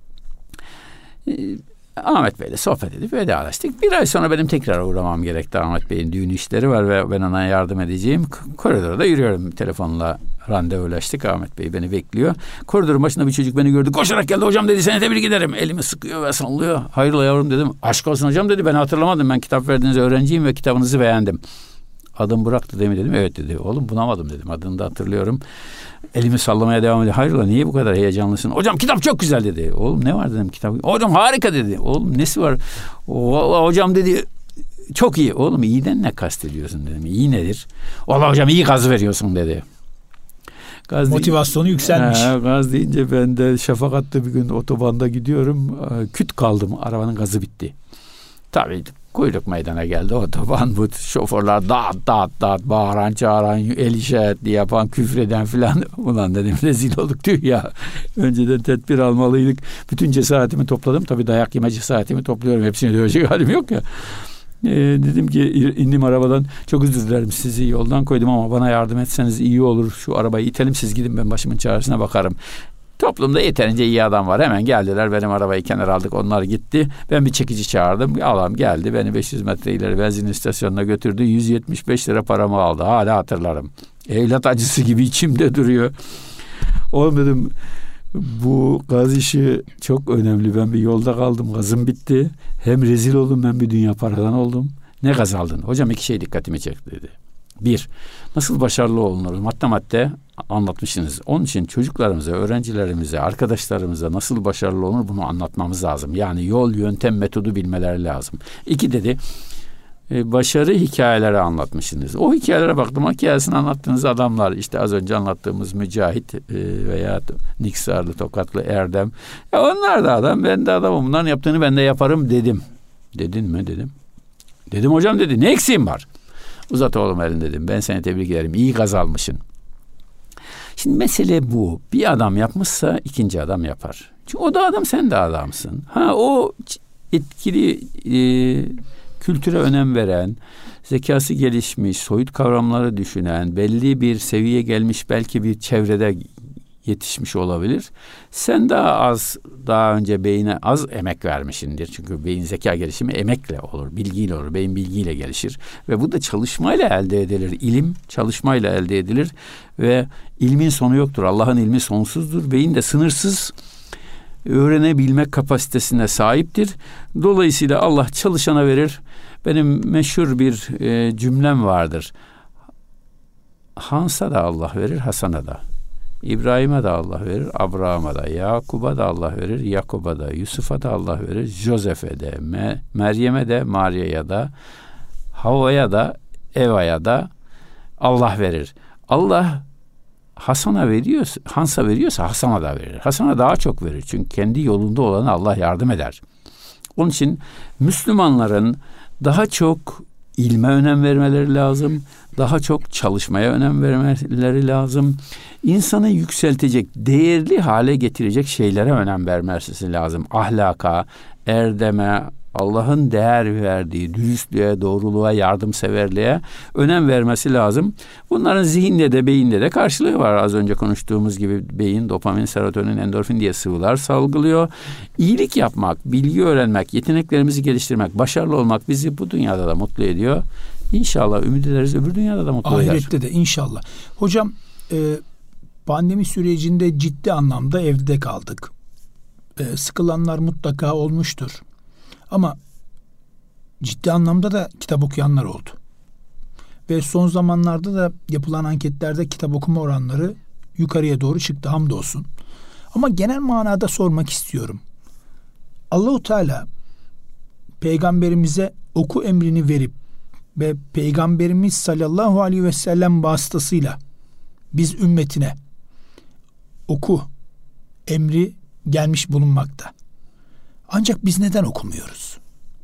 Speaker 2: Ahmet Bey'le sohbet edip vedalaştık. Bir ay sonra benim tekrar uğramam gerekti. Ahmet Bey'in düğün işleri var ve ben ona yardım edeceğim. Koridorda yürüyorum. Telefonla randevulaştık. Ahmet Bey beni bekliyor. Koridorun başında bir çocuk beni gördü. Koşarak geldi. Hocam dedi seni tebrik ederim. Elimi sıkıyor ve sallıyor. Hayrola yavrum dedim. Aşk olsun hocam dedi. Ben hatırlamadım. Ben kitap verdiğiniz öğrenciyim ve kitabınızı beğendim. Adım Burak'tı değil mi dedim. Evet dedi. Oğlum bunamadım dedim. Adını da hatırlıyorum. Elimi sallamaya devam ediyor. Hayrola niye bu kadar heyecanlısın? Hocam kitap çok güzel dedi. Oğlum ne var dedim kitap. Hocam harika dedi. Oğlum nesi var? O, hocam dedi çok iyi. Oğlum iyiden ne kastediyorsun dedim. İyi nedir? Vallahi hocam iyi gaz veriyorsun dedi. Gaz
Speaker 1: motivasyonu deyince, yükselmiş.
Speaker 2: He, gaz deyince ben de şafak attı bir gün otobanda gidiyorum. Küt kaldım. Arabanın gazı bitti. Tabii kuyruk meydana geldi otoban, bu şoförler dağıt dağıt dağıt bağıran çağıran el işaretli yapan küfreden filan. Ulan dedim rezil olduk tüh ya. Önceden tedbir almalıydık. Bütün cesaretimi topladım. Tabii dayak yeme cesaretimi topluyorum. Hepsini dövecek halim yok ya. Ee, dedim ki indim arabadan, çok özür dilerim sizi yoldan koydum ama bana yardım etseniz iyi olur. Şu arabayı itelim siz gidin, ben başımın çaresine bakarım. Toplumda yeterince iyi adam var. Hemen geldiler. Benim arabayı kenara aldık. Onlar gitti. Ben bir çekici çağırdım. Adam geldi. Beni beş yüz metre ileri benzin istasyonuna götürdü. yüz yetmiş beş lira paramı aldı. Hala hatırlarım. Evlat acısı gibi içimde duruyor. Oğlum dedim, bu gaz işi çok önemli. Ben bir yolda kaldım. Gazım bitti. Hem rezil oldum, ben bir dünya paradan oldum. Ne gaz aldın? Hocam iki şey dikkatimi çekti dedi. Bir, nasıl başarılı olunur? Madde madde anlatmışsınız. Onun için çocuklarımıza, öğrencilerimize, arkadaşlarımıza nasıl başarılı olunur bunu anlatmamız lazım. Yani yol, yöntem, metodu bilmeleri lazım. İki dedi, başarı hikayeleri anlatmışsınız. O hikayelere baktım. Hikayesini anlattığınız adamlar, işte az önce anlattığımız Mücahit veya Niksarlı, Tokatlı Erdem. Ya onlar da adam, ben de adamım. Bunların yaptığını ben de yaparım dedim. Dedin mi dedim. Dedim hocam dedi. Ne eksiğim var? Uzat oğlum elini dedim. Ben seni tebrik ederim. İyi gaz almışsın. Şimdi mesele bu. Bir adam yapmışsa ikinci adam yapar. Çünkü o da adam, sen de adamsın. Ha, o etkili e, kültüre önem veren, zekası gelişmiş, soyut kavramları düşünen, belli bir seviyeye gelmiş, belki bir çevrede yetişmiş olabilir. Sen daha az, daha önce beyine az emek vermişsindir. Çünkü beyin zeka gelişimi emekle olur, bilgiyle olur. Beyin bilgiyle gelişir. Ve bu da çalışmayla elde edilir. İlim çalışmayla elde edilir. Ve ilmin sonu yoktur. Allah'ın ilmi sonsuzdur. Beyin de sınırsız öğrenebilmek kapasitesine sahiptir. Dolayısıyla Allah çalışana verir. Benim meşhur bir e, cümlem vardır. Hans'a da Allah verir, Hasan'a da. İbrahim'e de Allah verir, Abraham'a da, Yakub'a da Allah verir, Yakub'a da, Yusuf'a da Allah verir, Josef'e de, Me- Meryem'e de, Maria'ya da, Havva'ya da, Eva'ya da Allah verir. Allah Hasan'a veriyorsa, Hans'a veriyorsa Hasan'a da verir. Hasan'a daha çok verir. Çünkü kendi yolunda olana Allah yardım eder. Onun için Müslümanların daha çok ilme önem vermeleri lazım. Daha çok çalışmaya önem vermeleri lazım. İnsanı yükseltecek, değerli hale getirecek şeylere önem vermesi lazım. Ahlaka, erdeme, Allah'ın değer verdiği dürüstlüğe, doğruluğa, yardımseverliğe önem vermesi lazım. Bunların zihinde de beyinde de karşılığı var. Az önce konuştuğumuz gibi beyin dopamin, serotonin, endorfin diye sıvılar salgılıyor. İyilik yapmak, bilgi öğrenmek, yeteneklerimizi geliştirmek, başarılı olmak bizi bu dünyada da mutlu ediyor. İnşallah ümit ederiz öbür dünyada da mutlu eder.
Speaker 1: Ahirette de inşallah. Hocam e, pandemi sürecinde ciddi anlamda evde kaldık. E, sıkılanlar mutlaka olmuştur. Ama ciddi anlamda da kitap okuyanlar oldu. Ve son zamanlarda da yapılan anketlerde kitap okuma oranları yukarıya doğru çıktı, hamdolsun. Ama genel manada sormak istiyorum. Allah-u Teala peygamberimize oku emrini verip ve Peygamberimiz sallallahu aleyhi ve sellem vasıtasıyla biz ümmetine oku emri gelmiş bulunmakta. Ancak biz neden okumuyoruz?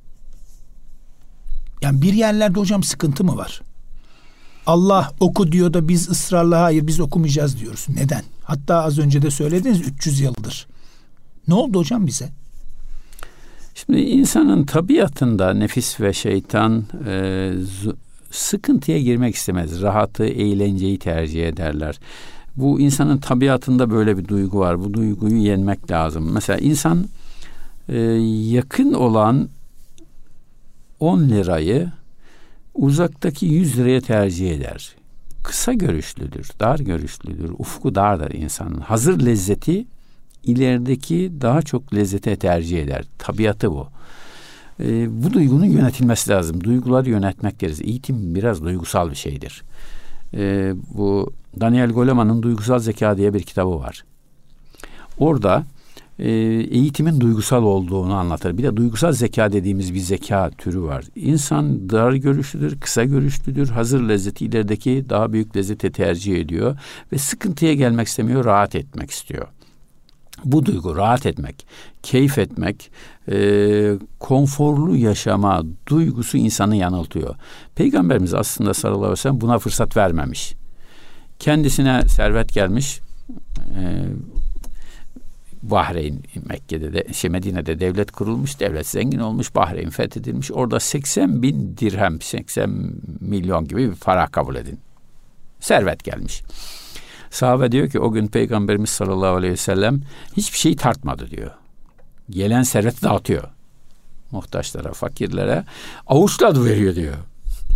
Speaker 1: Yani bir yerlerde hocam sıkıntı mı var? Allah oku diyor da biz ısrarla hayır biz okumayacağız diyoruz. Neden? Hatta az önce de söylediniz üç yüz yıldır. Ne oldu hocam bize?
Speaker 2: Şimdi insanın tabiatında nefis ve şeytan e, z- sıkıntıya girmek istemez. Rahatı, eğlenceyi tercih ederler. Bu insanın tabiatında böyle bir duygu var. Bu duyguyu yenmek lazım. Mesela insan e, yakın olan on lirayı uzaktaki yüz liraya tercih eder. Kısa görüşlüdür, dar görüşlüdür. Ufku dardır insanın. Hazır lezzeti ilerideki daha çok lezzete tercih eder. Tabiatı bu. E, bu duygunun yönetilmesi lazım. Duyguları yönetmek deriz. Eğitim biraz duygusal bir şeydir. E, bu Daniel Goleman'ın Duygusal Zeka diye bir kitabı var. Orada e, eğitimin duygusal olduğunu anlatır. Bir de duygusal zeka dediğimiz bir zeka türü var. İnsan dar görüşlüdür, kısa görüşlüdür. Hazır lezzeti ilerideki daha büyük lezzete tercih ediyor ve sıkıntıya gelmek istemiyor, rahat etmek istiyor. Bu duygu, rahat etmek, keyif etmek, e, konforlu yaşama duygusu insanı yanıltıyor. Peygamberimiz aslında sallallahu aleyhi ve sellem buna fırsat vermemiş. Kendisine servet gelmiş, e, Bahreyn, Mekke'de de, şey Medine'de devlet kurulmuş, devlet zengin olmuş, Bahreyn fethedilmiş. Orada seksen bin dirhem, seksen milyon gibi bir para kabul edin. Servet gelmiş. Sahabe diyor ki o gün Peygamberimiz sallallahu aleyhi ve sellem hiçbir şeyi tartmadı diyor. Gelen serveti dağıtıyor. Muhtaçlara, fakirlere avuçla veriyor diyor.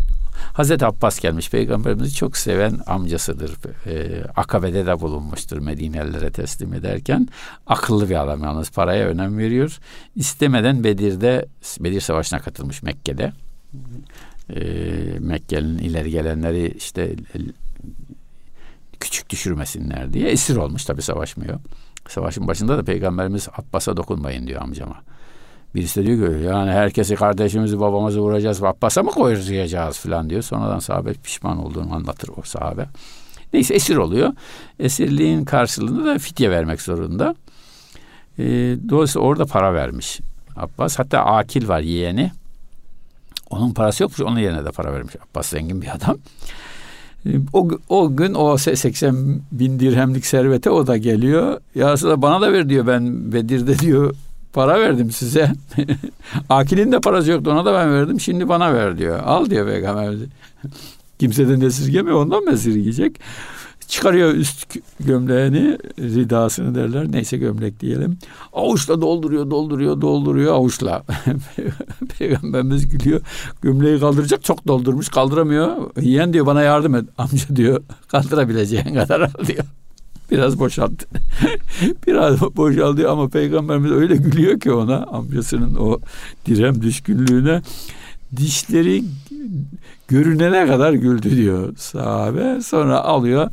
Speaker 2: Hazreti Abbas gelmiş. Peygamberimizi çok seven amcasıdır. Ee, Akabe'de de bulunmuştur Medinelilere teslim ederken. Akıllı bir adam yalnız, paraya önem veriyor. İstemeden Bedir'de, Bedir Savaşı'na katılmış Mekke'de. Ee, Mekke'nin ileri gelenleri işte küçük düşürmesinler diye esir olmuş, tabii savaşmıyor. Savaşın başında da Peygamberimiz Abbas'a dokunmayın diyor amcama. Birisi de diyor ki yani herkesi, kardeşimizi, babamızı vuracağız, Abbas'a mı koyacağız falan diyor. Sonradan sahabe pişman olduğunu anlatır o sahabe. Neyse esir oluyor. Esirliğin karşılığında da fidye vermek zorunda. E, dolayısıyla orada para vermiş Abbas. Hatta Akil var, yeğeni. Onun parası yokmuş, onun yerine de para vermiş. Abbas zengin bir adam. O, o gün o seksen bin dirhemlik servete o da geliyor. Ya aslında bana da ver diyor, ben Bedir'de diyor para verdim size. Akil'in de parası yoktu, ona da ben verdim, şimdi bana ver diyor. Al diyor Peygamber. Kimseden esirgemiyor, ondan mı esirgeyecek? Çıkarıyor üst gömleğini, ridasını derler, neyse gömlek diyelim. Avuçla dolduruyor, dolduruyor, dolduruyor avuçla. Peygamberimiz gülüyor. Gömleği kaldıracak, çok doldurmuş, kaldıramıyor. Yeğen diyor bana yardım et. Amca diyor kaldırabileceğin kadar al diyor. Biraz boşalttı. Biraz boşaldı ama Peygamberimiz öyle gülüyor ki ona, amcasının o dirhem düşkünlüğüne. Dişleri görünene kadar güldü diyor sahabe. Sonra alıyor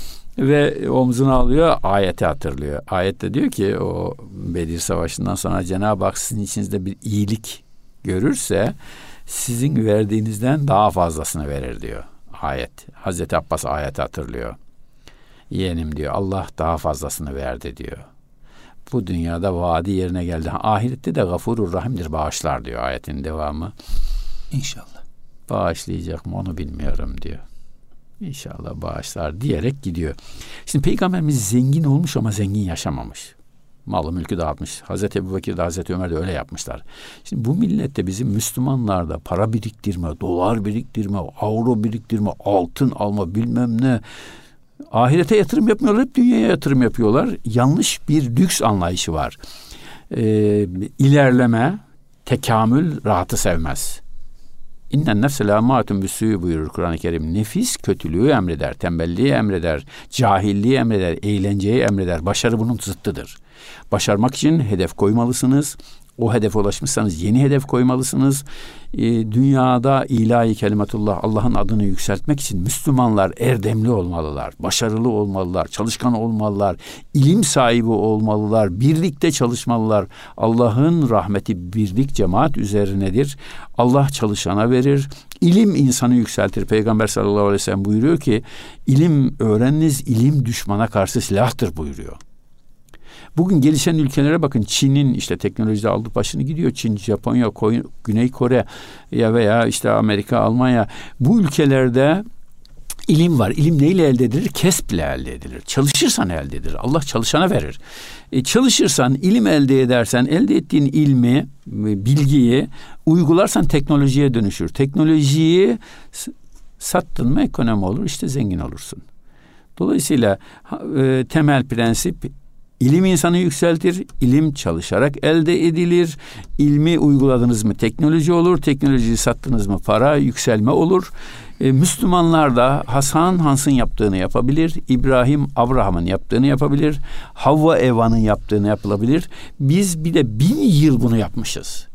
Speaker 2: ve omzuna alıyor, ayeti hatırlıyor. Ayette diyor ki o Bedir Savaşı'ndan sonra Cenab-ı Hak sizin içinizde bir iyilik görürse sizin verdiğinizden daha fazlasını verir diyor ayet. Hazreti Abbas ayeti hatırlıyor. Yeğenim diyor, Allah daha fazlasını verdi diyor. Bu dünyada vaadi yerine geldi. Ahirette de Gafurur Rahim'dir, bağışlar diyor ayetin devamı.
Speaker 1: İnşallah.
Speaker 2: Bağışlayacak mı onu bilmiyorum diyor. İnşallah bağışlar diyerek gidiyor. Şimdi Peygamberimiz zengin olmuş ama zengin yaşamamış. Malı mülkü dağıtmış. Hazreti Ebubekir de Hazreti Ömer de öyle yapmışlar. Şimdi bu millette bizim Müslümanlarda para biriktirme, dolar biriktirme, avro biriktirme, altın alma bilmem ne. Ahirete yatırım yapmıyorlar, hep dünyaya yatırım yapıyorlar. Yanlış bir lüks anlayışı var. Ee, ilerleme, tekamül rahatı sevmez. İnnen nefse lâmâtun bisû buyurur Kur'an-ı Kerim. Nefis kötülüğü emreder, tembelliği emreder, cahilliği emreder, eğlenceyi emreder. Başarı bunun zıttıdır. Başarmak için hedef koymalısınız. O hedefe ulaşmışsanız yeni hedef koymalısınız. Ee, dünyada ilahi kelimetullah, Allah'ın adını yükseltmek için Müslümanlar erdemli olmalılar, başarılı olmalılar, çalışkan olmalılar, ilim sahibi olmalılar, birlikte çalışmalılar. Allah'ın rahmeti birlik, cemaat üzerinedir. Allah çalışana verir. İlim insanı yükseltir. Peygamber sallallahu aleyhi ve sellem buyuruyor ki, ilim öğreniniz, ilim düşmana karşı silahtır buyuruyor. Bugün gelişen ülkelere bakın. Çin'in işte teknolojide aldı başını gidiyor. Çin, Japonya, Güney Kore ya veya işte Amerika, Almanya. Bu ülkelerde ilim var. İlim neyle elde edilir? Kesple elde edilir. Çalışırsan elde edilir. Allah çalışana verir. E, çalışırsan, ilim elde edersen, elde ettiğin ilmi, bilgiyi uygularsan teknolojiye dönüşür. Teknolojiyi sattın mı ekonomi olur. İşte zengin olursun. Dolayısıyla e, temel prensip, İlim insanı yükseltir, ilim çalışarak elde edilir. İlmi uyguladınız mı teknoloji olur, teknolojiyi sattınız mı para, yükselme olur. Ee, Müslümanlar da Hasan Hans'ın yaptığını yapabilir, İbrahim Abraham'ın yaptığını yapabilir, Havva Eva'nın yaptığını yapılabilir. Biz bir de bin yıl bunu yapmışız.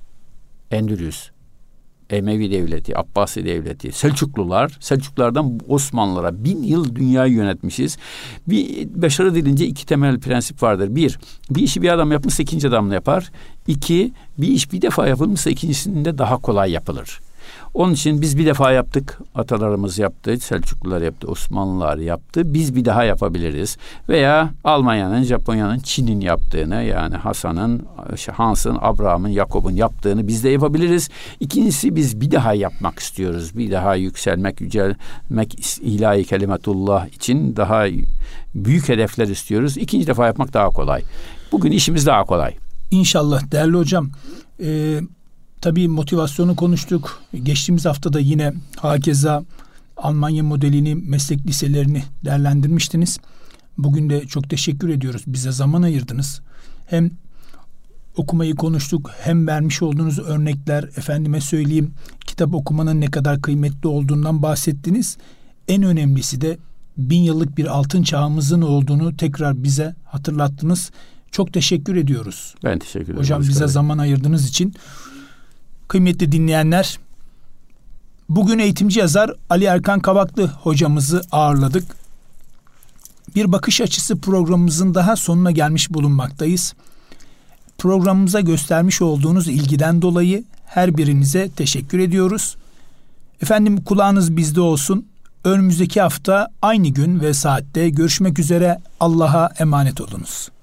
Speaker 2: Endülüs, Emevi Devleti, Abbasi Devleti, Selçuklular, Selçuklulardan Osmanlılara bin yıl dünyayı yönetmişiz. Bir başarı dilince iki temel prensip vardır. Bir, bir işi bir adam yapmışsa ikinci adam da yapar. İki, bir iş bir defa yapılmışsa ikincisinde daha kolay yapılır. Onun için biz bir defa yaptık, atalarımız yaptı, Selçuklular yaptı, Osmanlılar yaptı. Biz bir daha yapabiliriz. Veya Almanya'nın, Japonya'nın, Çin'in yaptığını, yani Hasan'ın, Hans'ın, Abraham'ın, Yakup'un yaptığını biz de yapabiliriz. İkincisi, biz bir daha yapmak istiyoruz. Bir daha yükselmek, yücelmek, ilahi kelimetullah için daha büyük hedefler istiyoruz. İkinci defa yapmak daha kolay. Bugün işimiz daha kolay.
Speaker 1: İnşallah değerli hocam. Ee, Tabii motivasyonu konuştuk. Geçtiğimiz hafta da yine hakeza Almanya modelini, meslek liselerini değerlendirmiştiniz. Bugün de çok teşekkür ediyoruz. Bize zaman ayırdınız. Hem okumayı konuştuk, hem vermiş olduğunuz örnekler, efendime söyleyeyim, kitap kitap okumanın ne kadar kıymetli olduğundan bahsettiniz. En önemlisi de bin yıllık bir altın çağımızın olduğunu tekrar bize hatırlattınız. Çok teşekkür ediyoruz.
Speaker 2: Ben teşekkür ederim.
Speaker 1: Hocam bize zaman ayırdığınız için. Kıymetli dinleyenler, bugün eğitimci yazar Ali Erkan Kavaklı hocamızı ağırladık. Bir bakış açısı programımızın daha sonuna gelmiş bulunmaktayız. Programımıza göstermiş olduğunuz ilgiden dolayı her birinize teşekkür ediyoruz. Efendim, kulağınız bizde olsun. Önümüzdeki hafta aynı gün ve saatte görüşmek üzere. Allah'a emanet olunuz.